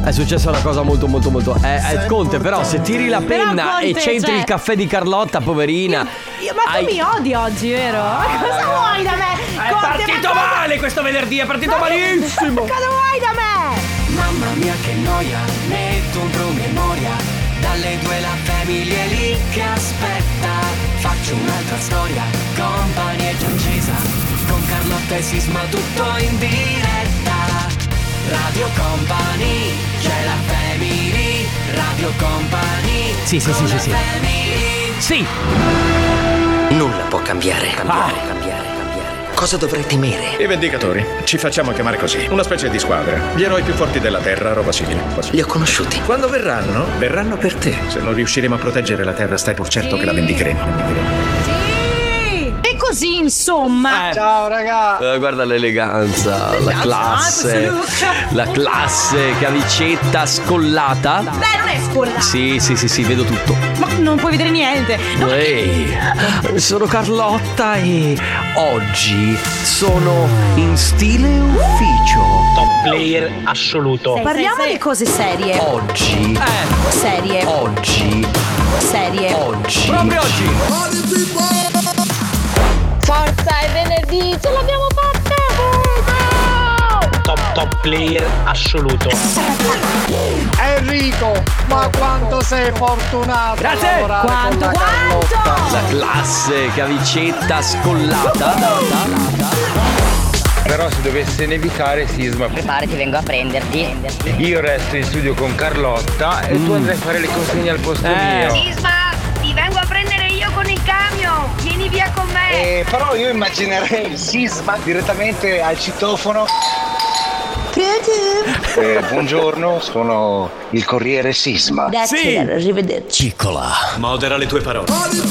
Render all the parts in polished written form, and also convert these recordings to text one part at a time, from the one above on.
È successa una cosa molto Conte, però se tiri la penna e centri il caffè di Carlotta, poverina. Ma tu mi odi oggi, vero? Ma cosa vuoi da me? È partito male questo venerdì, è partito malissimo. Cosa vuoi da me? Mamma mia che noia, metto un promemoria. Dalle 2 la famiglia è lì che aspetta. Faccio un'altra storia, Company è già accesa. Con Carlotta e Sisma tutto in diretta. Radio Company, c'è la family. Radio Company. Sì. Sì. Nulla può cambiare. Cosa dovrei temere? I Vendicatori. Ci facciamo chiamare così. Una specie di squadra. Gli eroi più forti della Terra, roba simile. Li ho conosciuti. Quando verranno per te. Se non riusciremo a proteggere la Terra, stai pur certo che la vendicheremo. E così, insomma. Ciao raga. Guarda l'eleganza, la classe, camicetta scollata. Beh, non è scollata. Sì, vedo tutto. Ma non puoi vedere niente. Ehi, sono Carlotta e oggi sono in stile ufficio. Top player assoluto. Parliamo di cose serie. Oggi. Serie. Oggi. Proprio oggi. Forza, è venerdì, ce l'abbiamo fatta! Top player assoluto. Enrico, ma quanto sei fortunato! Grazie! Quanto? La classe camicetta scollata. Però se dovesse nevicare, Sisma, Preparati, vengo a prenderti. io resto in studio con Carlotta e tu andrai a fare le consegne al posto mio. Sisma, ti vengo a prendere io con il camion. Vieni via con me. Però io immaginerei il Sisma direttamente al citofono. Buongiorno, sono il corriere Sisma. Sì. Arrivederci. Piccola. Modera le tue parole.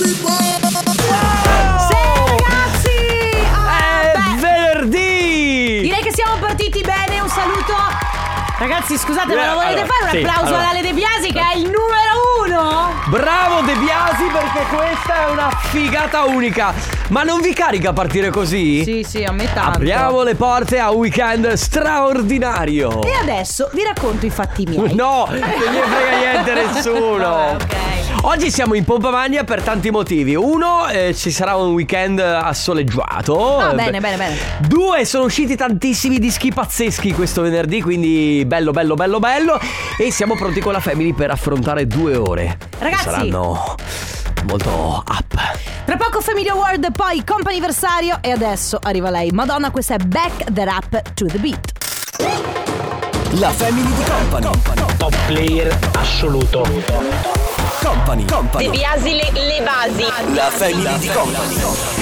Venerdì. Direi che siamo partiti bene, un saluto. Ragazzi, scusate, ma lo volete fare un applauso ad Ale De Biasi che è il numero 1? Bravo De Biasi, perché questa è una figata unica. Ma non vi carica a partire così? Sì, a me tanto. Apriamo le porte a un weekend straordinario. E adesso vi racconto i fatti miei. No, non gli frega niente nessuno. Ok. Oggi siamo in pompa magna per tanti motivi. Uno, ci sarà un weekend assoleggiato. Bene. 2, sono usciti tantissimi dischi pazzeschi questo venerdì, quindi bello. E siamo pronti con la family per affrontare 2 ore. Ragazzi, saranno molto up. tra poco Family Award, poi comp'anniversario e adesso arriva lei. Madonna, questa è Back the Rap to the Beat. La family di Company. Top player assoluto. Company. De Biasi le basi. La family di Company.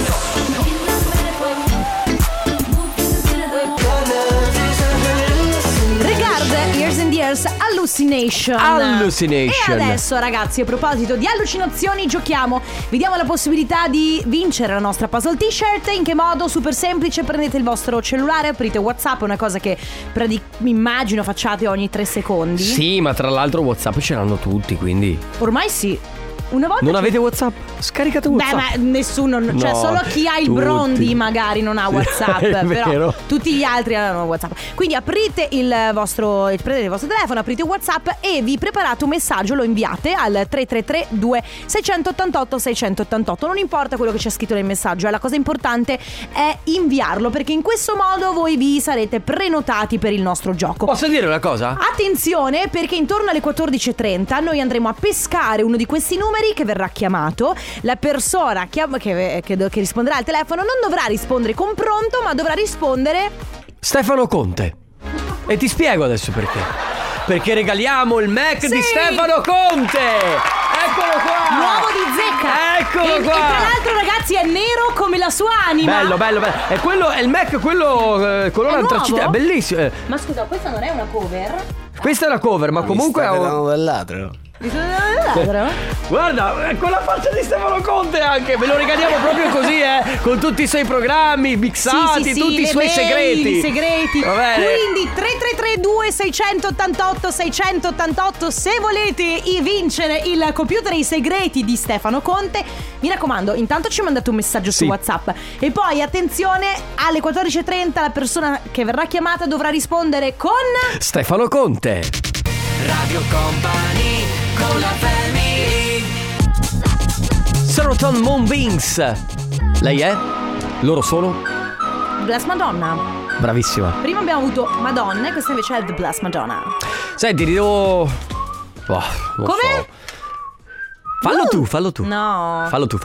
Years and Years, Hallucination. E adesso, ragazzi, a proposito di allucinazioni, giochiamo. Vi diamo la possibilità di vincere la nostra puzzle t-shirt. In che modo? Super semplice: prendete il vostro cellulare, aprite WhatsApp, è una cosa che immagino facciate ogni 3 secondi. Sì, ma tra l'altro WhatsApp ce l'hanno tutti, quindi Ormai sì. Una volta non avete WhatsApp? Scaricate WhatsApp. Beh, ma nessuno, cioè No, solo chi ha il tutti. Brondi magari non ha WhatsApp, È però vero. tutti gli altri hanno WhatsApp. Quindi prendete il vostro telefono, aprite WhatsApp e vi preparate un messaggio, lo inviate al 333 2688 688. Non importa quello che c'è scritto nel messaggio, la cosa importante è inviarlo, perché in questo modo voi vi sarete prenotati per il nostro gioco. Posso dire una cosa? Attenzione, perché intorno alle 14.30 noi andremo a pescare uno di questi numeri che verrà chiamato. La persona che risponderà al telefono non dovrà rispondere con pronto, ma dovrà rispondere Stefano Conte. E ti spiego adesso perché. Perché regaliamo il Mac di Stefano Conte. Eccolo qua. nuovo di zecca. Eccolo e qua. tra l'altro, ragazzi, è nero come la sua anima. Bello. E quello è il Mac, quello colore antracite. È bellissimo. Ma scusa, questa non è una cover? Questa è la cover, ma comunque è un del ladro. Guarda, con la faccia di Stefano Conte anche. Ve lo regaliamo proprio così, con tutti i suoi programmi mixati, sì, tutti i suoi segreti. Va bene. Quindi 3332 688 688. Se volete vincere il computer e i segreti di Stefano Conte, mi raccomando, intanto ci mandate un messaggio su WhatsApp. E poi attenzione, alle 14.30 la persona che verrà chiamata dovrà rispondere con Stefano Conte. Radio Company con la family. Serotonin Moonbeams. Lei è? Loro sono? Bless Madonna. Bravissima. Prima abbiamo avuto Madonna e questa invece è The Bless Madonna. Senti, ti devo... non Come? so. Fallo tu. No. Fallo tu.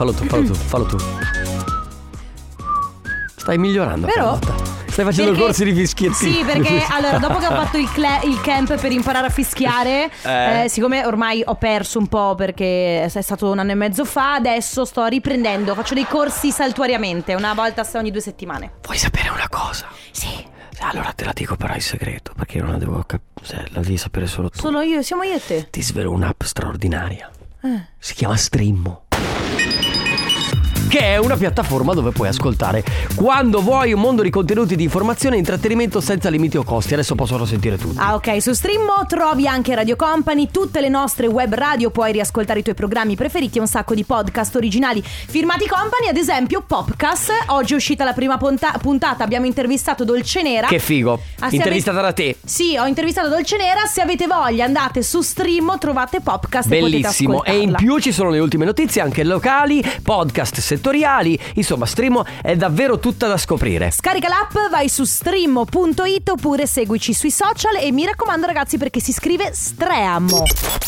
Stai migliorando. Però Carlotta. Stai facendo corsi di fischietti. Sì, perché allora dopo che ho fatto il camp per imparare a fischiare, siccome ormai ho perso un po' perché è stato 1 anno e mezzo fa, adesso sto riprendendo, faccio dei corsi saltuariamente, una volta ogni 2 settimane. Vuoi sapere una cosa? Sì. Allora te la dico però in segreto, perché non la devo la devi sapere solo tu. Solo io, siamo io e te. Ti svelo un'app straordinaria. Si chiama Streammo, che è una piattaforma dove puoi ascoltare quando vuoi un mondo di contenuti di informazione e intrattenimento senza limiti o costi. Adesso possono sentire tutti. Ah, ok, su Streammo trovi anche Radio Company, tutte le nostre web radio, puoi riascoltare i tuoi programmi preferiti e un sacco di podcast originali firmati Company, ad esempio Popcast. Oggi è uscita la prima puntata, abbiamo intervistato Dolcenera. Che figo, intervistata da te. Sì, ho intervistato Dolcenera. Se avete voglia andate su Streammo, trovate Popcast. Bellissimo. E in più ci sono le ultime notizie anche locali, podcast settoriali. Insomma, Streammo è davvero tutta da scoprire. Scarica l'app, vai su streammo.it oppure seguici sui social. E mi raccomando ragazzi, perché si scrive Streammo.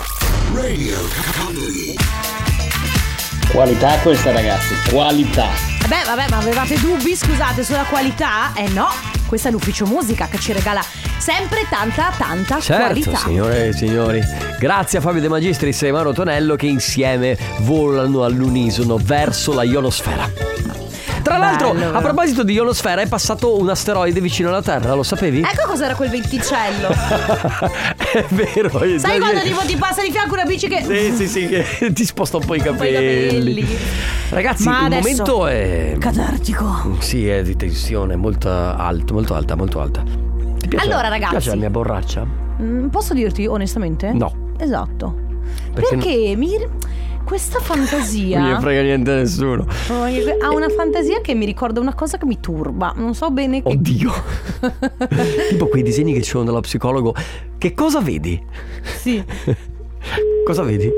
Qualità questa, ragazzi, qualità. Vabbè, ma avevate dubbi, scusate, sulla qualità? No, questo è l'ufficio musica che ci regala sempre tanta qualità. Signore e signori, grazie a Fabio De Magistris e Mauro Tonello che insieme volano all'unisono verso la ionosfera. Tra l'altro, a proposito di ionosfera, è passato un asteroide vicino alla Terra, lo sapevi? Ecco cos'era quel venticello. È vero. Sai quando tipo ti passa di fianco una bici che... Sì, che ti sposta un po' i capelli. Ragazzi, ma il momento è catartico. Sì, è di tensione, molto alta. Ti piace? Allora, ragazzi, ti piace la mia borraccia? Posso dirti onestamente? No. Esatto. Perché questa fantasia non gli frega niente a nessuno. Ha una fantasia che mi ricorda una cosa che mi turba. Non so bene che... Oddio. Tipo quei disegni che ci sono dallo psicologo. Che cosa vedi? Sì. Cosa vedi?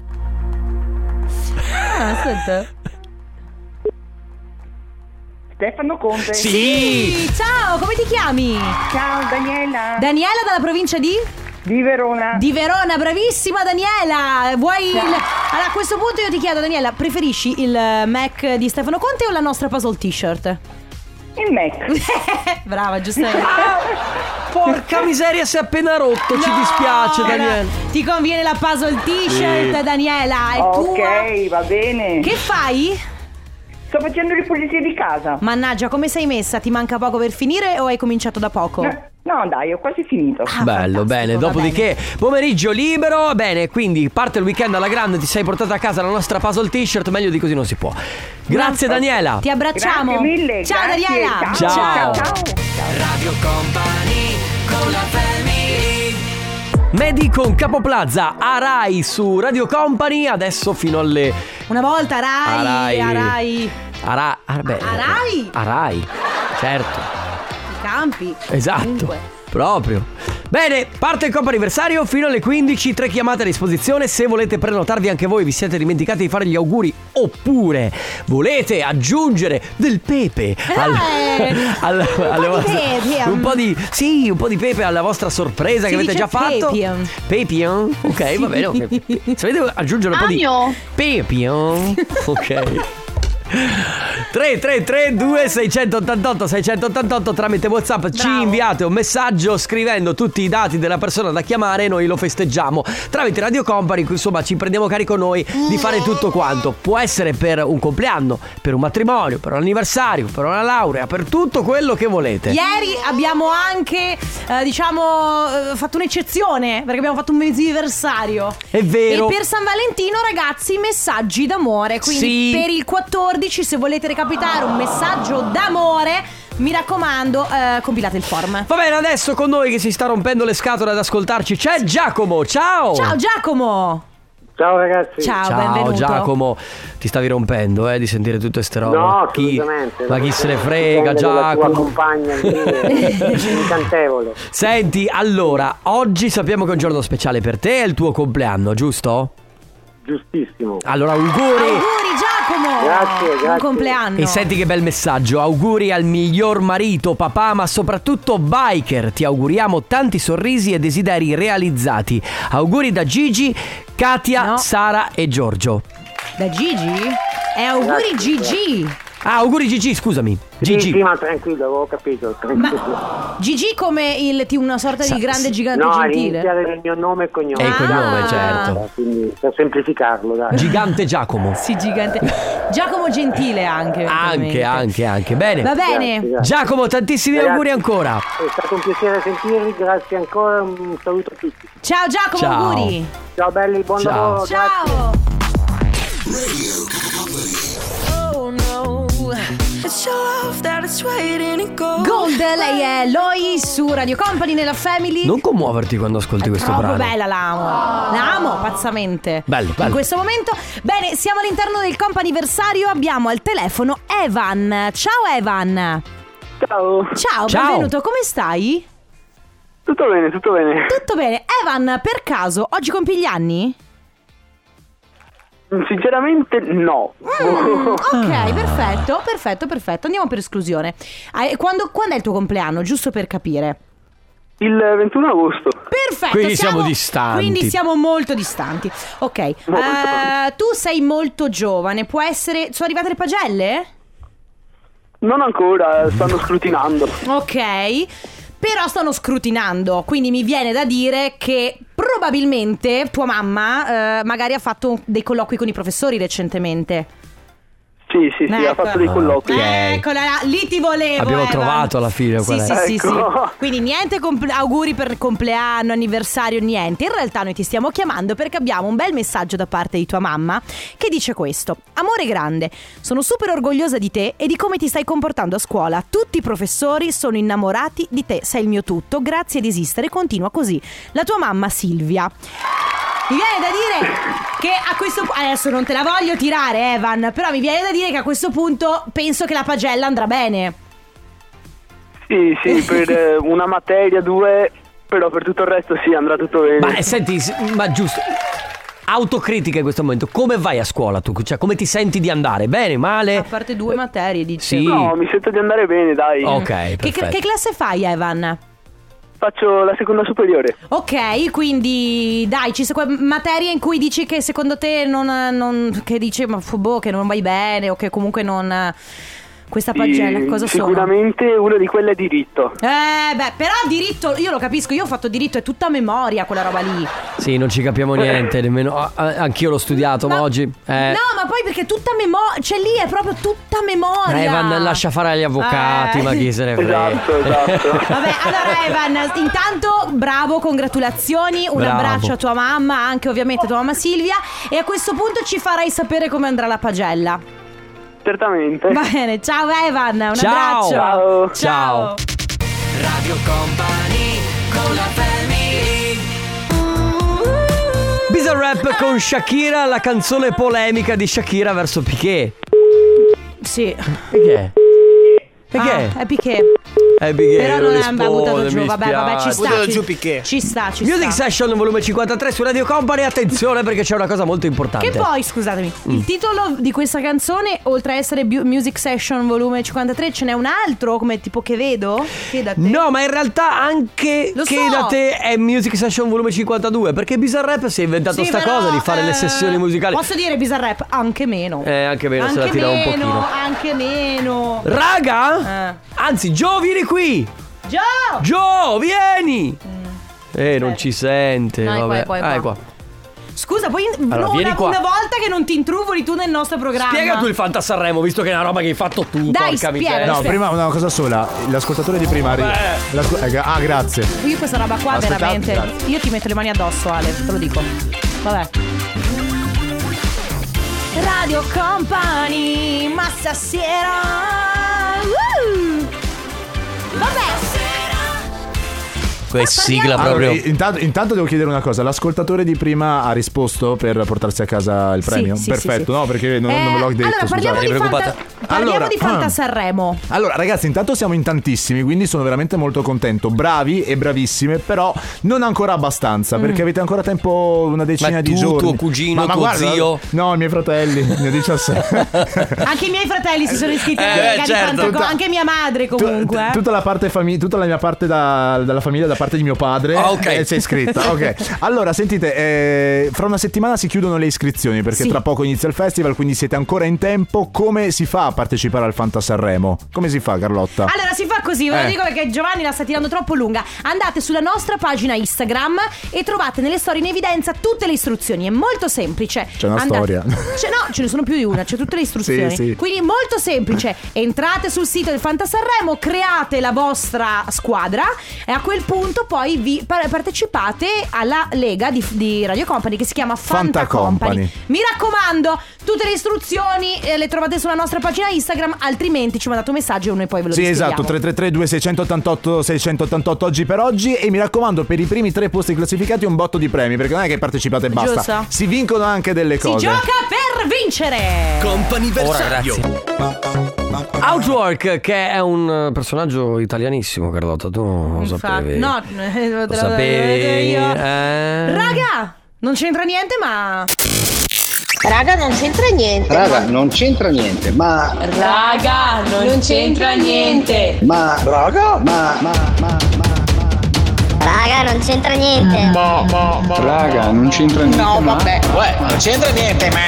Aspetta. Stefano Conte. Sì. Ciao, come ti chiami? Ciao, Daniela. Daniela, dalla provincia di Verona. Di Verona, bravissima Daniela. Vuoi allora, a questo punto io ti chiedo, Daniela, preferisci il Mac di Stefano Conte o la nostra puzzle t-shirt? Il Mac. Brava, giustamente. Porca miseria, si è appena rotto. Ci dispiace, Daniela. Ti conviene la puzzle t-shirt, sì. Daniela, è tua. Ok, va bene. Che fai? Sto facendo le pulizie di casa. Mannaggia, come sei messa? Ti manca poco per finire o hai cominciato da poco? No, dai, ho quasi finito. Bello, bene. Dopodiché pomeriggio libero. Bene, quindi parte il weekend alla grande. Ti sei portata a casa la nostra puzzle t-shirt. Meglio di così non si può. Grazie Daniela. Ti abbracciamo. Grazie mille. Ciao grazie. Daniela. Ciao. Radio Company con la family. Medi con Capo Plaza a Rai su Radio Company. Adesso fino alle... Una volta Rai. A Rai, certo. Campi. Esatto. Comunque. Proprio. Bene, parte il compo anniversario fino alle 15, 3 chiamate a disposizione. Se volete prenotarvi anche voi, vi siete dimenticati di fare gli auguri, oppure volete aggiungere del pepe alle vostre, un po' di pepe alla vostra sorpresa che avete già fatto. Pepion. Ok, sì. Va bene, okay. Se volete aggiungere un po' di pepion. Ok. 333 688 688 tramite WhatsApp. Bravo. Ci inviate un messaggio scrivendo tutti i dati della persona da chiamare e noi lo festeggiamo tramite Radio Company. Insomma, ci prendiamo carico noi di fare tutto quanto. Può essere per un compleanno, per un matrimonio, per un anniversario, per una laurea, per tutto quello che volete. Ieri abbiamo anche fatto un'eccezione, perché abbiamo fatto un mezziversario. È vero. E per San Valentino, ragazzi, messaggi d'amore. Quindi per il 14, se volete recapitare un messaggio d'amore, mi raccomando, compilate il form. Va bene, adesso con noi che si sta rompendo le scatole ad ascoltarci c'è Giacomo. Ciao. Ciao Giacomo. Ciao ragazzi. Ciao, Ciao benvenuto. Giacomo, ti stavi rompendo di sentire tutte ste robe. No, chi, assolutamente. ma chi se ne frega, La tua Giacomo. compagna incantevole. Senti, allora, oggi sappiamo che è un giorno speciale per te, è il tuo compleanno, giusto? Giustissimo. Allora, auguri! Auguri Giacomo. Grazie. Buon compleanno. E senti che bel messaggio, auguri al miglior marito, papà, ma soprattutto biker. Ti auguriamo tanti sorrisi e desideri realizzati. Auguri da Gigi, Katia, Sara e Giorgio. Da Gigi? È auguri Grazie. Gigi. Ah, auguri Gigi, scusami. Gigi. Sì, ma tranquillo, avevo capito. Ma Gigi come una sorta di grande gigante no, gentile? iniziare del mio nome e cognome. E il cognome, certo. Quindi per semplificarlo, dai. Gigante Giacomo. Sì, gigante. Giacomo Gentile anche. Anche. Bene. Va bene. Grazie. Giacomo, tantissimi Ragazzi, auguri ancora. È stato un piacere sentirvi, grazie ancora, un saluto a tutti. Ciao Giacomo, Ciao. auguri. Ciao belli, buon Ciao. lavoro. Ciao. Gold, lei è Loi su Radio Company nella Family. Non commuoverti quando ascolti questo Troppo brano. bella, l'amo pazzamente. Bello. In questo momento. Bene, siamo all'interno del comp'anniversario. Abbiamo al telefono Evan. Ciao Evan. Ciao. Ciao, benvenuto, come stai? Tutto bene. Tutto bene. Evan, per caso oggi compi gli anni? Sinceramente no. Ok, perfetto. Andiamo per esclusione. Quando è il tuo compleanno? Giusto per capire. Il 21 agosto. Perfetto. Quindi siamo distanti. Quindi siamo molto distanti. Ok. Tu sei molto giovane. Può essere. Sono arrivate le pagelle? Non ancora, stanno scrutinando. Ok. Però stanno scrutinando. Quindi mi viene da dire che probabilmente tua mamma magari ha fatto dei colloqui con i professori recentemente. Sì, ha fatto dei colloqui. Eccola, lì ti volevo. Abbiamo Evan. trovato alla fine qual è. Sì. Ecco. Quindi niente auguri per compleanno, anniversario, niente. In realtà noi ti stiamo chiamando perché abbiamo un bel messaggio da parte di tua mamma che dice questo: amore grande, sono super orgogliosa di te e di come ti stai comportando a scuola. Tutti i professori sono innamorati di te, sei il mio tutto, grazie di esistere, continua così. La tua mamma Silvia. Mi viene da dire che a questo punto, adesso non te la voglio tirare Evan, però mi viene da dire che a questo punto penso che la pagella andrà bene. Sì, per una materia, due, però per tutto il resto sì, andrà tutto bene. Ma senti, ma giusto, autocritica in questo momento. Come vai a scuola tu? Cioè, come ti senti di andare? Bene, male? A parte 2 materie, dici. Sì. No, mi sento di andare bene, dai. Ok, perfetto. Che classe fai Evan? Faccio la seconda superiore. Ok, quindi dai, ci sono materie in cui dici che secondo te non che dici ma che non vai bene o che comunque non. Questa pagella cosa sono? Sicuramente una di quelle è diritto. Però diritto, io lo capisco, io ho fatto diritto, è tutta memoria quella roba lì. Sì, non ci capiamo niente, nemmeno. Anch'io l'ho studiato, ma oggi. No, ma poi perché tutta memoria, cioè lì è proprio tutta memoria. Evan, lascia fare agli avvocati, ma chi se ne frega. Esatto. Vabbè, allora Evan, intanto bravo, congratulazioni, un Bravo. abbraccio a tua mamma, anche ovviamente a tua mamma Silvia, e a questo punto ci farai sapere come andrà la pagella. Certamente. Va bene, ciao Evan, un Ciao. abbraccio. Ciao. Radio Company con la family. Bizarrap con Shakira, la canzone polemica di Shakira verso Piqué. Sì. Perché? Perché? È Piqué. Però non è buttato giù, vabbè, ci sta. Buttato giù Piqué. Ci sta. Music Session volume 53 su Radio Company. Attenzione perché c'è una cosa molto importante. Che poi, scusatemi, il titolo di questa canzone, oltre a essere Music Session volume 53, ce n'è un altro come tipo Che vedo? Che da te? No, ma in realtà anche Lo Che so. da te è Music Session volume 52. Perché Bizarrap si è inventato Sì, sta però, cosa di fare le sessioni musicali. Posso dire Bizarrap? Anche meno. Anche meno, se la tira un pochino. Anche meno. Raga, anzi, Gio, vieni qui. Gio, vieni. Non ci sente. No, è qua, vabbè. è qua. È qua. Scusa, poi Allora, vieni qua. una volta che non ti intruvoli tu nel nostro programma. Spiega tu il Fanta Sanremo, visto che è una roba che hai fatto tu. Dai, porca spiega. miseria. No, prima una cosa sola. L'ascoltatore di prima grazie. Io questa roba qua Aspettate, veramente grazie. io ti metto le mani addosso, Ale, te lo dico. Vabbè. Radio Company, ma stasera Vabbè. sigla proprio. Intanto devo chiedere una cosa. L'ascoltatore di prima ha risposto per portarsi a casa il premio? Sì, perfetto, sì. no, perché non me l'ho detto. Allora parliamo di Fanta Sanremo. Allora ragazzi, intanto siamo in tantissimi, quindi sono veramente molto contento. Bravi e bravissime, però non ancora abbastanza, perché avete ancora tempo, una decina di giorni. Tuo cugino, tuo zio? No, i miei fratelli, ne ho 17. Anche i miei fratelli si sono iscritti alla Lega di Fanta, anche mia madre comunque. Tutta la parte tutta la mia parte dalla famiglia, da parte di mio padre, sei iscritta. Ok. Allora sentite, fra una settimana si chiudono le iscrizioni, perché tra poco inizia il festival, quindi siete ancora in tempo. Come si fa a partecipare al Fanta Sanremo? Come si fa, Carlotta? Allora si fa così, ve lo dico perché Giovanni la sta tirando troppo lunga. Andate sulla nostra pagina Instagram e trovate nelle storie in evidenza tutte le istruzioni. È molto semplice. C'è una storia. No, ce ne sono più di una, c'è tutte le istruzioni. Sì. Quindi molto semplice. Entrate sul sito del Fanta Sanremo, create la vostra squadra e a quel punto poi vi partecipate alla lega di Radio Company che si chiama Fanta Company. Mi raccomando, tutte le istruzioni le trovate sulla nostra pagina Instagram, altrimenti ci mandate un messaggio e noi poi ve lo descriviamo. Esatto, 333 2688 688 oggi per oggi. E mi raccomando, per i primi 3 posti classificati un botto di premi, perché non è che partecipate e basta. Giusto. Si vincono anche delle cose. Si gioca per vincere. Comp'anniversario. Outwork, che è un personaggio italianissimo, Carlotta, tu lo sapevi? No, lo sapevi io. Raga, non c'entra niente, ma Raga, non c'entra niente. Raga, non c'entra niente, ma Raga, non c'entra niente. Ma raga, Raga, non c'entra niente. Raga, non c'entra niente. No, vabbè. Uè, non c'entra niente, ma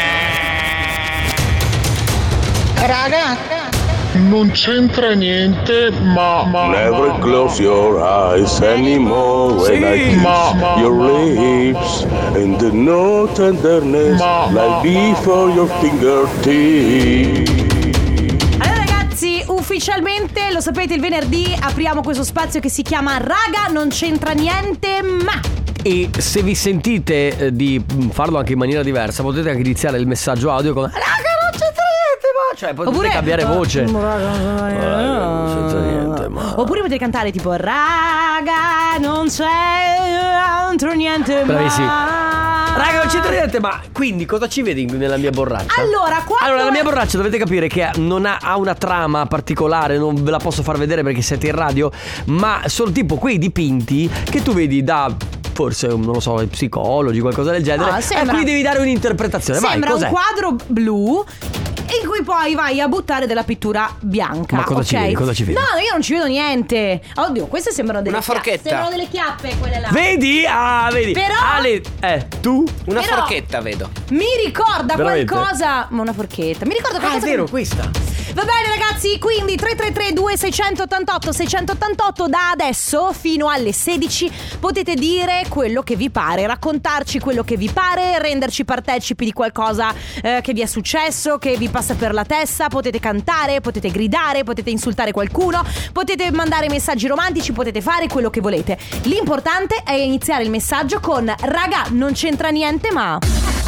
Raga, non c'entra niente, ma Never close your eyes anymore when I kiss your lips, and no tenderness like before your fingertips. Allora ragazzi, ufficialmente lo sapete, il venerdì apriamo questo spazio che si chiama Raga, non c'entra niente, ma E se vi sentite di farlo anche in maniera diversa, potete anche iniziare il messaggio audio con Raga, non c'entra niente, ma cioè potete cambiare voce. Non c'entra niente, ma oppure potete cantare tipo Raga, non c'entra niente, ma bravissimi. Raga, non c'entra niente, ma quindi cosa ci vedi nella mia borraccia? Allora, la mia borraccia dovete capire che non ha una trama particolare, non ve la posso far vedere perché siete in radio, ma sono tipo quei dipinti che tu vedi da forse, non lo so, psicologi, qualcosa del genere. E qui devi dare un'interpretazione. Sembra vai, cos'è? un quadro blu in cui poi vai a buttare della pittura bianca. Ma cosa ci vedi? Cosa ci vedi? No, io non ci vedo niente. Oddio, queste sembrano delle una forchetta. Sembrano delle chiappe quelle là. Vedi? Ah, vedi. Però tu? Una forchetta vedo. Mi ricorda veramente? Qualcosa. Ma una forchetta. Mi ricorda qualcosa. È vero, questa. Va bene ragazzi, quindi 333 2688 688 da adesso fino alle 16 potete dire quello che vi pare, raccontarci quello che vi pare, renderci partecipi di qualcosa che vi è successo, che vi passa per la testa. Potete cantare, potete gridare, potete insultare qualcuno, potete mandare messaggi romantici, potete fare quello che volete. L'importante è iniziare il messaggio con Raga, non c'entra niente, ma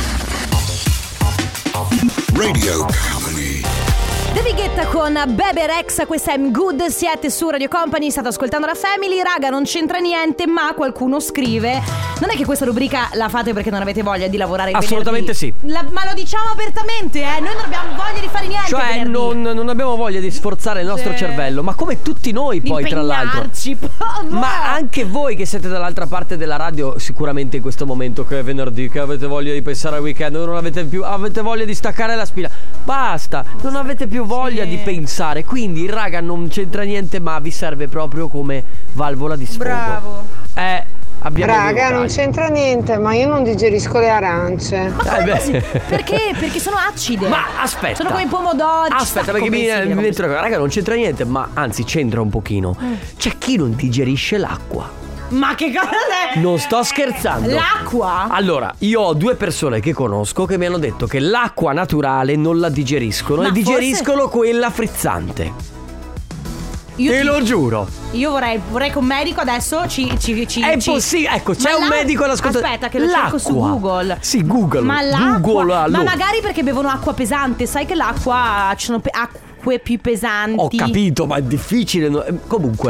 Radio Company. David Guetta con Bebe Rexha, questa è I'm Good, siete su Radio Company, state ascoltando la Family. Raga, non c'entra niente, ma qualcuno scrive: non è che questa rubrica la fate perché non avete voglia di lavorare il assolutamente venerdì. Sì. Ma lo diciamo apertamente, noi non abbiamo voglia di fare niente. Cioè non abbiamo voglia di sforzare il nostro cervello, ma come tutti noi poi tra l'altro. Ma anche voi che siete dall'altra parte della radio, sicuramente in questo momento che è venerdì, che avete voglia di pensare al weekend, non avete voglia di staccare la spina. Basta, non avete più voglia di pensare. Quindi raga, non c'entra niente, ma vi serve proprio come valvola di sfogo. Bravo. Raga, non c'entra niente, ma io non digerisco le arance. Ma perché? Perché sono acide. Ma aspetta, sono come i pomodori. Aspetta, perché mi metto, raga, non c'entra niente, ma anzi c'entra un pochino. C'è chi non digerisce l'acqua. Ma che cosa è? Non sto scherzando. L'acqua? Allora, io ho 2 persone che conosco che mi hanno detto che l'acqua naturale non la digeriscono, e digeriscono quella frizzante. Te lo giuro. Io vorrei che un medico adesso ci è possibile. Ecco, c'è un medico all'ascolto. Aspetta che lo cerco su Google. Sì, Google. Ma l'acqua, ma magari perché bevono acqua pesante. Sai che l'acqua ci sono acque più pesanti. Ho capito, ma è difficile. Comunque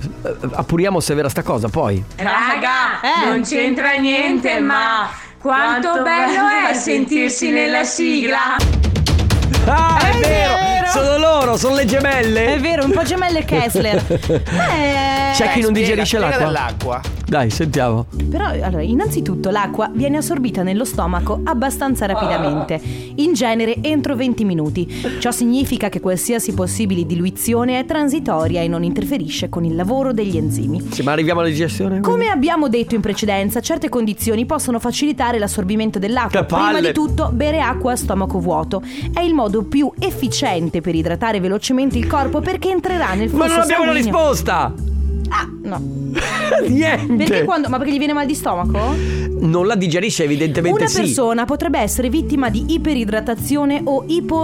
appuriamo se è vera sta cosa poi. Raga, non c'entra niente, ma quanto bello è sentirsi nella sigla. Ah, è vero! Sono loro, sono le gemelle. È vero, un po' gemelle Kessler. C'è chi non digerisce l'acqua? Dell'acqua. Dai, sentiamo. Però, allora, innanzitutto l'acqua viene assorbita nello stomaco abbastanza rapidamente, in genere entro 20 minuti. Ciò significa che qualsiasi possibile diluizione è transitoria e non interferisce con il lavoro degli enzimi. Sì, ma arriviamo alla digestione? Come abbiamo detto in precedenza, certe condizioni possono facilitare l'assorbimento dell'acqua. Che palle! Prima di tutto, bere acqua a stomaco vuoto è il modo più efficiente per idratare velocemente il corpo, perché entrerà nel flusso Ma non abbiamo sanguigno. una risposta! Ah, no. Niente. Perché quando? Ma perché gli viene mal di stomaco? Non la digerisce, evidentemente. Una sì. persona potrebbe essere vittima di iperidratazione o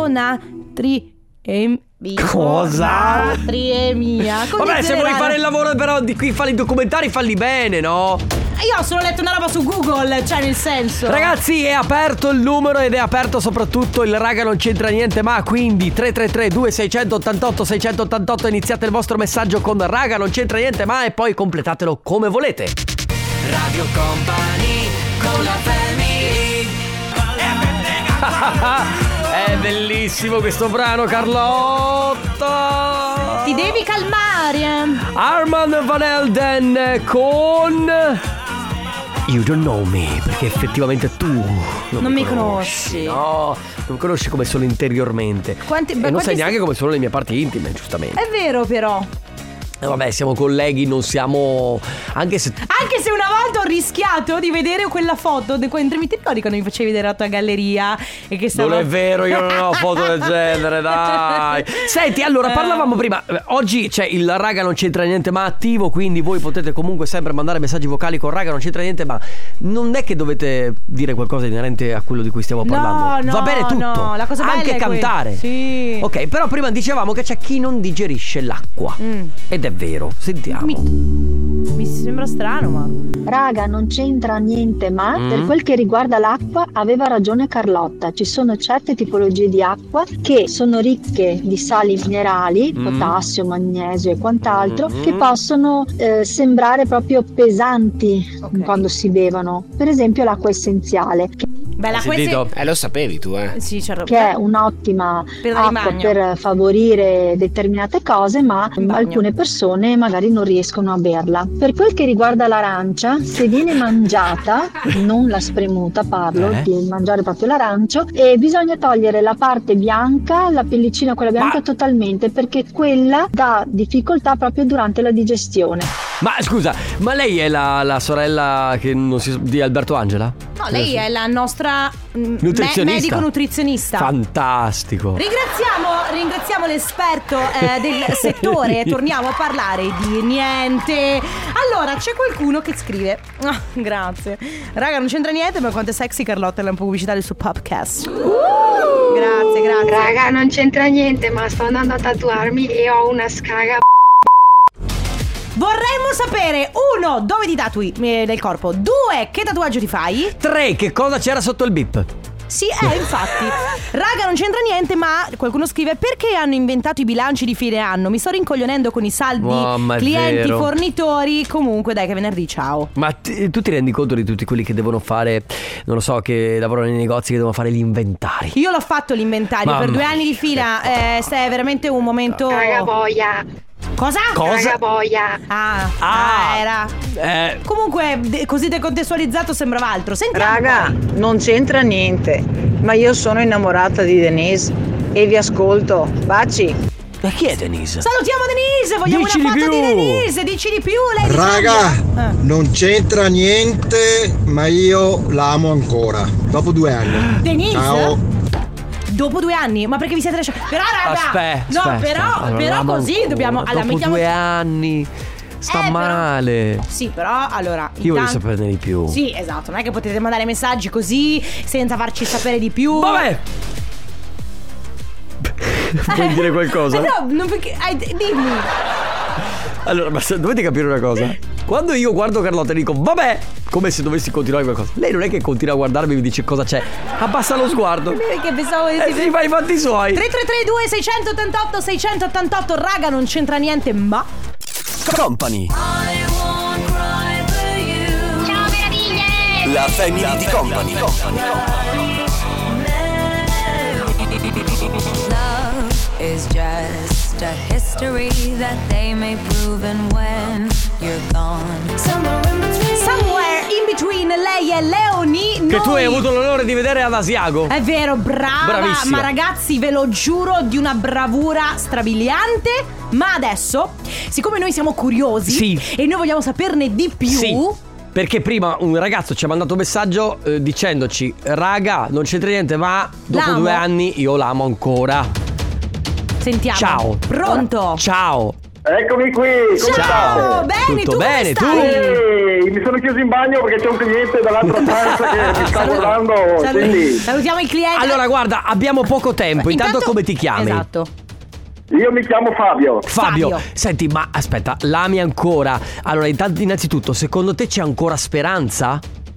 Cosa? Natriemia. Vabbè, se vuoi fare il lavoro però di qui, fare i documentari, falli bene, no? Io ho solo letto una roba su Google, cioè nel senso. Ragazzi, è aperto il numero ed è aperto soprattutto il raga non c'entra niente ma, quindi 333 2688 688, iniziate il vostro messaggio con raga non c'entra niente ma e poi completatelo come volete. Radio Company con la family. È bellissimo questo brano, Carlotta. Ti devi calmare. Armand Van Helden con You Don't Know Me, perché effettivamente tu non mi conosci. No, non conosci come sono interiormente. E non sai neanche come sono le mie parti intime, giustamente. È vero però. Vabbè, siamo colleghi, non siamo. Anche se una volta ho rischiato di vedere quella foto ti ricordi quando mi facevi vedere la tua galleria e che stavo... Non è vero, io non ho foto del genere, dai. Senti, allora, parlavamo prima. Oggi c'è il raga non c'entra niente ma attivo, quindi voi potete comunque sempre mandare messaggi vocali con raga non c'entra niente ma. Non è che dovete dire qualcosa inerente a quello di cui stiamo parlando. No, va bene tutto. No, la cosa bella anche è cantare. Sì. Ok, però prima dicevamo che c'è chi non digerisce l'acqua. Ed è vero, sentiamo. Mi sembra strano, ma raga, non c'entra niente, ma per quel che riguarda l'acqua aveva ragione Carlotta. Ci sono certe tipologie di acqua che sono ricche di sali minerali, potassio, magnesio e quant'altro, che possono sembrare proprio pesanti quando si bevono. Per esempio l'acqua essenziale. Lo sapevi tu, Sì, certo. Che è un'ottima acqua per favorire determinate cose, ma alcune persone magari non riescono a berla. Per quel che riguarda l'arancia, se viene mangiata, non la spremuta, parlo di mangiare proprio l'arancio, e bisogna togliere la parte bianca, la pellicina quella bianca totalmente, perché quella dà difficoltà proprio durante la digestione. Ma scusa, ma lei è la sorella che non si, di Alberto Angela? No, lei è la nostra nutrizionista. medico nutrizionista. Fantastico. Ringraziamo l'esperto del settore. Torniamo a parlare di niente. Allora, c'è qualcuno che scrive grazie. Raga, non c'entra niente, ma quanto è sexy Carlotta nella pubblicità del suo podcast. Grazie. Raga, non c'entra niente, ma sto andando a tatuarmi e ho una scaga. Vorremmo sapere: 1. Dove ti tatui nel corpo? 2. Che tatuaggio ti fai? 3. Che cosa c'era sotto il bip? Sì, infatti. Raga, non c'entra niente, ma qualcuno scrive: perché hanno inventato i bilanci di fine anno? Mi sto rincoglionendo con i saldi clienti, fornitori. Comunque dai che venerdì, ciao. Ma tu ti rendi conto di tutti quelli che devono fare, non lo so, che lavorano nei negozi, che devono fare gli inventari? L'ho fatto l'inventario per 2 anni di fila. È veramente un momento. Raga boia. Cosa? Raga boia. Era. Comunque, così decontestualizzato sembrava altro. Sentiamo. Raga, non c'entra niente, ma io sono innamorata di Denise e vi ascolto. Baci. Ma chi è Denise? Salutiamo Denise, vogliamo Dici una di foto più. di Denise. Dici di più, lei. Raga, non c'entra niente, ma io la amo ancora. Dopo 2 anni. Denise? Ciao. Dopo 2 anni? Ma perché vi siete lasciati? Però raga, Aspetta. Allora, però così ancora. dobbiamo. Allora, dopo 2 anni. Sta male. Sì, però allora io voglio saperne di più. Sì, esatto. Non è che potete mandare messaggi così senza farci sapere di più. Vabbè. Puoi dire qualcosa? No, non perché. Dimmi. Allora, ma dovete capire una cosa. Quando io guardo Carlotta e dico vabbè, come se dovessi continuare qualcosa, lei non è che continua a guardarmi e mi dice cosa c'è. Abbassa lo sguardo. Perché pensavo si fa i fatti suoi. 3332 688 688. Raga, non c'entra niente, ma Company. Ciao meraviglie! La family di Company. Love is just a history that they may prove, and when you're gone, Somewhere in between lei e Leonie. Che tu hai avuto l'onore di vedere ad Asiago. È vero, brava. Bravissima. Ma ragazzi, ve lo giuro, di una bravura strabiliante. Ma adesso, siccome noi siamo curiosi e noi vogliamo saperne di più, perché prima un ragazzo ci ha mandato un messaggio dicendoci: raga, non c'entra niente, ma dopo L'amo. 2 anni io l'amo ancora. Sentiamo. Ciao. Pronto? Ciao. Eccomi qui, come Ciao, state? bene, Tutto tu bene, come stai? Mi sono chiuso in bagno perché c'è un cliente dall'altra stanza che mi sta guardando, quindi... Salutiamo il cliente. Allora guarda, abbiamo poco tempo. Intanto come ti chiami? Esatto. Io mi chiamo Fabio. Fabio. Senti, ma aspetta, l'ami ancora? Allora, innanzitutto, secondo te c'è ancora speranza?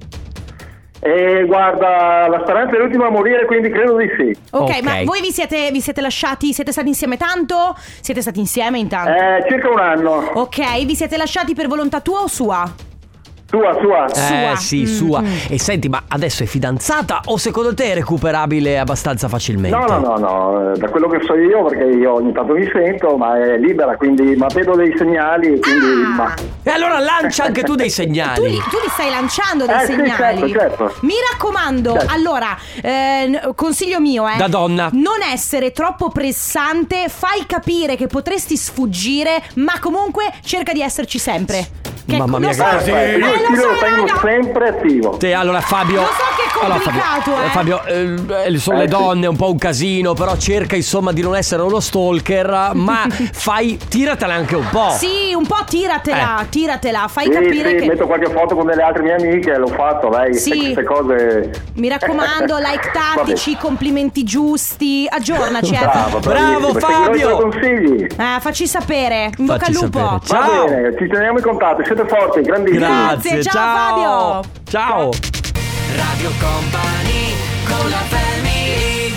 Guarda, la speranza è l'ultima a morire, quindi credo di sì. Ok, ma voi vi siete lasciati, siete stati insieme tanto? Siete stati insieme intanto? Circa un anno. Ok, vi siete lasciati per volontà tua o sua? Sua. Sì, sua. E senti, ma adesso è fidanzata o secondo te è recuperabile abbastanza facilmente? No, da quello che so io, perché io ogni tanto mi sento, ma è libera, quindi ma vedo dei segnali e quindi E allora lancia anche tu dei segnali. Tu li stai lanciando dei segnali. Sì, certo. Mi raccomando, Certo. allora, consiglio mio, Da donna. non essere troppo pressante, fai capire che potresti sfuggire, ma comunque cerca di esserci sempre. Che Mamma mia, lo so, che io lo so, tengo raga. sempre attivo. Allora Fabio, Lo so che è complicato, Fabio, sono le donne, è un po' un casino, però cerca insomma di non essere uno stalker, ma tiratela anche un po'. Sì, un po' tiratela, fai Sì, capire che... metto qualche foto con delle altre mie amiche, l'ho fatto, lei, Sì. queste cose. Mi raccomando, like tattici, complimenti giusti, aggiornaci. Bravo Bravo, Fabio. Seguirò i tuoi consigli. Facci sapere, in bocca al lupo. sapere. Va Ciao. bene, ci teniamo in contatto, siete forti, grandissimi. Grazie, ciao, Fabio. Ciao. Radio Company con la family.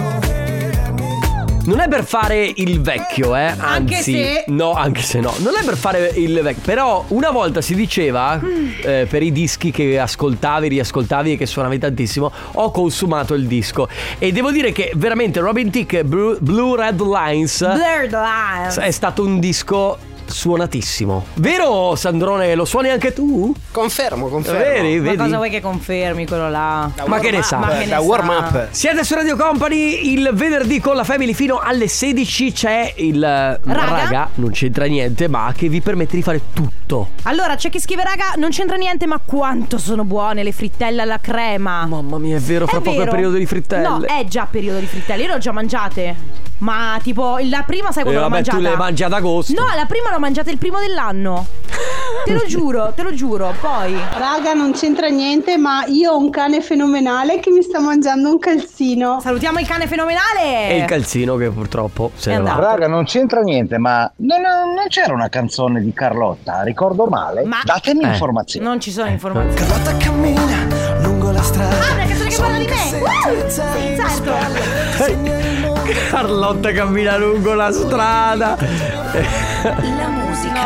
Non è per fare il vecchio, anzi, Anche se- no, anche se no, non è per fare il vecchio. Però una volta si diceva per i dischi che ascoltavi, riascoltavi e che suonavi tantissimo, ho consumato il disco. E devo dire che veramente Robin Thicke, Blue Red Lines Blurred Lines è stato un disco suonatissimo. Vero Sandrone, lo suoni anche tu? Confermo. Vedi? Ma cosa vuoi che confermi quello là? Ma che ne sa? Da warm up. Siete su Radio Company, il venerdì con la family fino alle 16 c'è il raga, non c'entra niente, ma che vi permette di fare tutto. Allora c'è chi scrive: raga, non c'entra niente, ma quanto sono buone le frittelle alla crema. Mamma mia, è vero, fra poco è il periodo di frittelle. No, è già periodo di frittelle, io le ho già mangiate. Ma tipo la prima sai quando l'ho vabbè, mangiata? tu le mangi ad agosto. No, la prima l'ho mangiata il primo dell'anno. Te lo giuro. Poi Raga, non c'entra niente, ma io ho un cane fenomenale che mi sta mangiando un calzino. salutiamo il cane fenomenale. E il calzino che purtroppo se ne va. andato. Raga, non c'entra niente, ma non c'era una canzone di Carlotta, ricordo male? Ma- Datemi informazioni. Non ci sono informazioni. Carlotta cammina lungo la strada. Ah, una canzone che parla di me. Sì, certo. Carlotta cammina lungo la strada. la musica.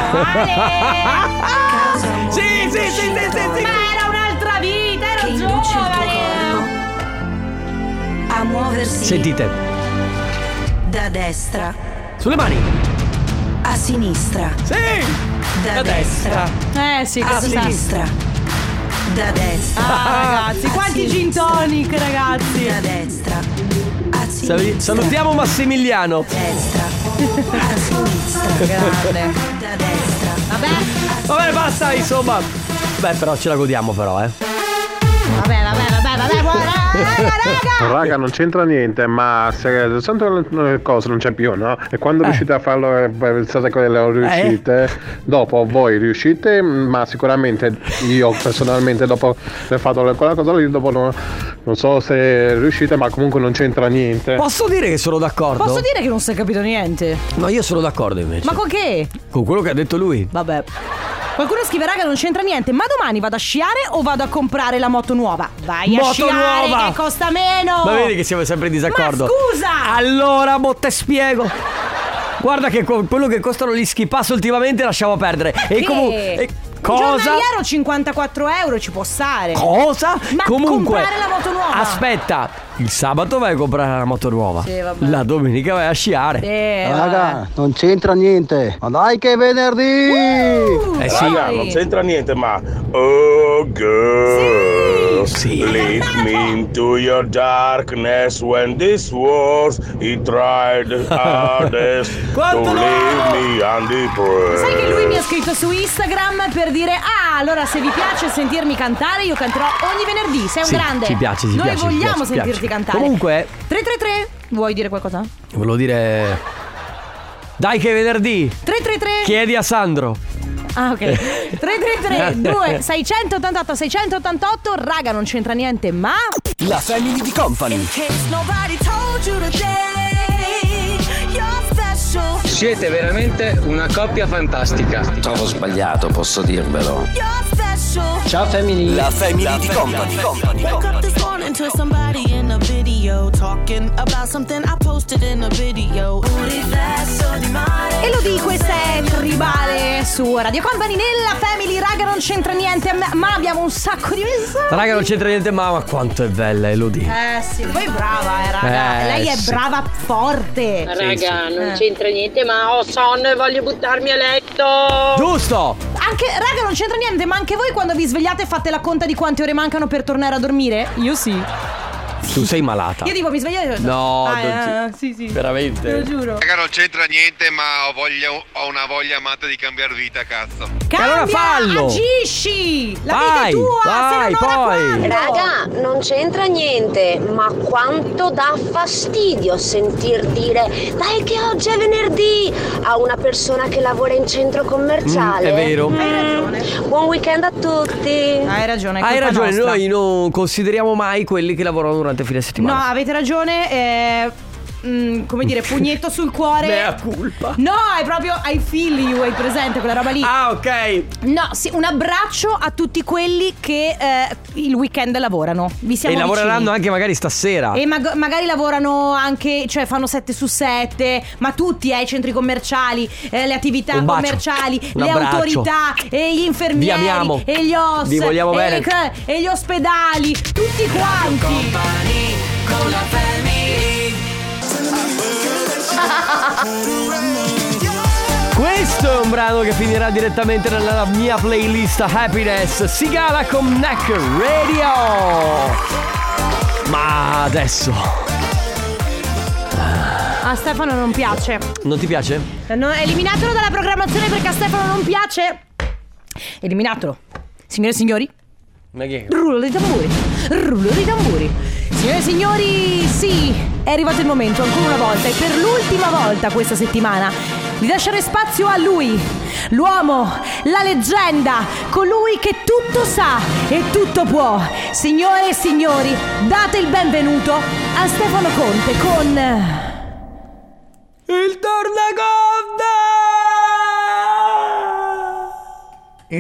Sì. Ma era un'altra vita, ero giovane. A muoversi Sentite, da destra sulle mani. a sinistra. Sì. Da destra Sì, a cosa sa? sinistra. Da destra. Ragazzi, quanti gin tonic, ragazzi. Da destra a sinistra. Salutiamo Massimiliano. Destra a sinistra. Grande. Da destra. Vabbè, basta, insomma. Beh, però ce la godiamo però, Vabbè, raga. Raga, non c'entra niente, ma se tanto le cose non c'è più, no? E quando riuscite a farlo, pensate che le riuscite, dopo voi riuscite, ma sicuramente io personalmente dopo aver fatto quella cosa lì, dopo non so se riuscite, ma comunque non c'entra niente. Posso dire che sono d'accordo? Posso dire che non si è capito niente? No, io sono d'accordo invece. Ma con che? Con quello che ha detto lui. Vabbè. Qualcuno scrive: raga, non c'entra niente, ma domani vado a sciare o vado a comprare la moto nuova? Vai a Moto sciare nuova! che costa meno. Ma vedi che siamo sempre in disaccordo. Ma scusa! Allora, te spiego. Guarda che quello che costano gli ski pass ultimamente lasciamo perdere. E comunque cosa? Giornaliero 54 euro ci può stare. Cosa? Ma comunque comprare la moto nuova. Aspetta, il sabato vai a comprare la moto nuova. Sì, vabbè. La domenica vai a sciare. Raga, non c'entra niente. Ma dai che è venerdì! Sì. Raga, non c'entra niente, ma oh girl, lead me into your darkness when this was he tried hardest to leave me undepressed. Sai che lui mi ha scritto su Instagram per dire: allora se vi piace sentirmi cantare, io canterò ogni venerdì. Sei un grande. Ci piace, ci Noi piace, vogliamo ci piace. sentirti cantare. Comunque 333, vuoi dire qualcosa? volevo dire, dai che è venerdì. 333. Chiedi a Sandro. Ah, ok. 333 2688 688. Raga, non c'entra niente, ma La Family di Company. Siete veramente una coppia fantastica. Trovo sbagliato, posso dirvelo. Ciao Family. La Family di Company. e lo di questa è Tribale su Radio Company nella Family. Raga, non c'entra niente, ma abbiamo un sacco di messaggi. Raga, non c'entra niente, ma quanto è bella Elodie. Sì, poi è brava, raga. Lei è brava forte. Raga, non c'entra niente, ma ho sonno e voglio buttarmi a letto. Giusto. Anche, raga, non c'entra niente, ma anche voi quando vi svegliate fate la conta di quante ore mancano per tornare a dormire? Io sì. Tu sei malata. Io tipo mi sveglio e no, sì. Veramente. Te lo giuro. Raga, non c'entra niente, ma ho una voglia matta di cambiare vita, cazzo. Cambia, fallo. Agisci. La vita è tua, vai, se non poi. Raga, non c'entra niente, ma quanto dà fastidio sentir dire dai che oggi è venerdì a una persona che lavora in centro commerciale. È vero. Hai ragione. Buon weekend a tutti. Hai ragione, Hai ragione, nostra. noi non consideriamo mai quelli che lavorano durante il fine settimana. No, avete ragione. Come dire, pugnetto sul cuore. Mea culpa. No, è proprio I feel you, hai presente quella roba lì? Ah, ok. No, sì, un abbraccio a tutti quelli che il weekend lavorano. Vi siamo E lavoreranno vicini. anche magari stasera. E magari lavorano anche, cioè fanno 7/7, ma tutti ai centri commerciali, le attività Un bacio. commerciali, Un le abbraccio. autorità, e gli infermieri, Vi amiamo. e gli OS, Vi vogliamo bene. e gli ospedali, tutti quanti. Company con la Family. Questo è un brano che finirà direttamente nella mia playlist Happiness. Sigala con Neck Radio. Ma adesso A Stefano non piace. non ti piace? Eliminatelo dalla programmazione perché a Stefano non piace. Eliminatelo. Signore e signori, Ma che? rullo di tamburi. Rullo di tamburi. Signore e signori, sì, è arrivato il momento ancora una volta e per l'ultima volta questa settimana di lasciare spazio a lui, l'uomo, la leggenda, colui che tutto sa e tutto può. Signore e signori, date il benvenuto a Stefano Conte con il Tornaconte! In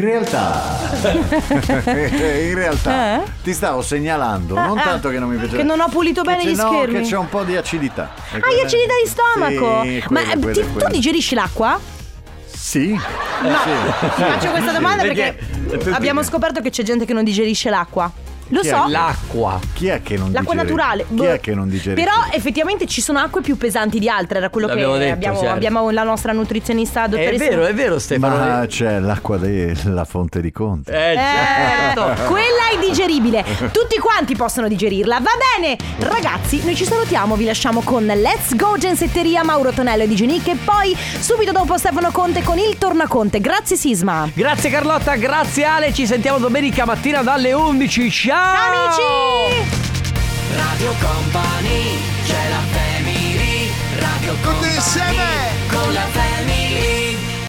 realtà ti stavo segnalando, non tanto che non mi piace, che non ho pulito bene gli schermi. che c'è un po' di acidità. Hai acidità di stomaco? Sì, Ma quelle. tu digerisci l'acqua? Sì. No, sì. ti faccio questa domanda perché tutti- abbiamo scoperto che c'è gente che non digerisce l'acqua. Lo Chi è so. L'acqua. Chi è che non L'acqua digerisce? naturale. Chi è che non digerisce? Però effettivamente ci sono acque più pesanti di altre. Era quello L'abbiamo che detto, certo. abbiamo la nostra nutrizionista dottoressa. È vero Stefano. Ma c'è l'acqua della fonte di Conte. Certo. Quella è digeribile. Tutti quanti possono digerirla. Va bene, ragazzi, noi ci salutiamo. Vi lasciamo con Let's Go Gensetteria, Mauro Tonello e DJ Nick. E poi subito dopo Stefano Conte con il Tornaconte. Grazie Sisma. Grazie Carlotta, grazie Ale. Ci sentiamo domenica mattina dalle 11. Ciao amici. Radio Company, c'è la Family. Radio Company con la Family.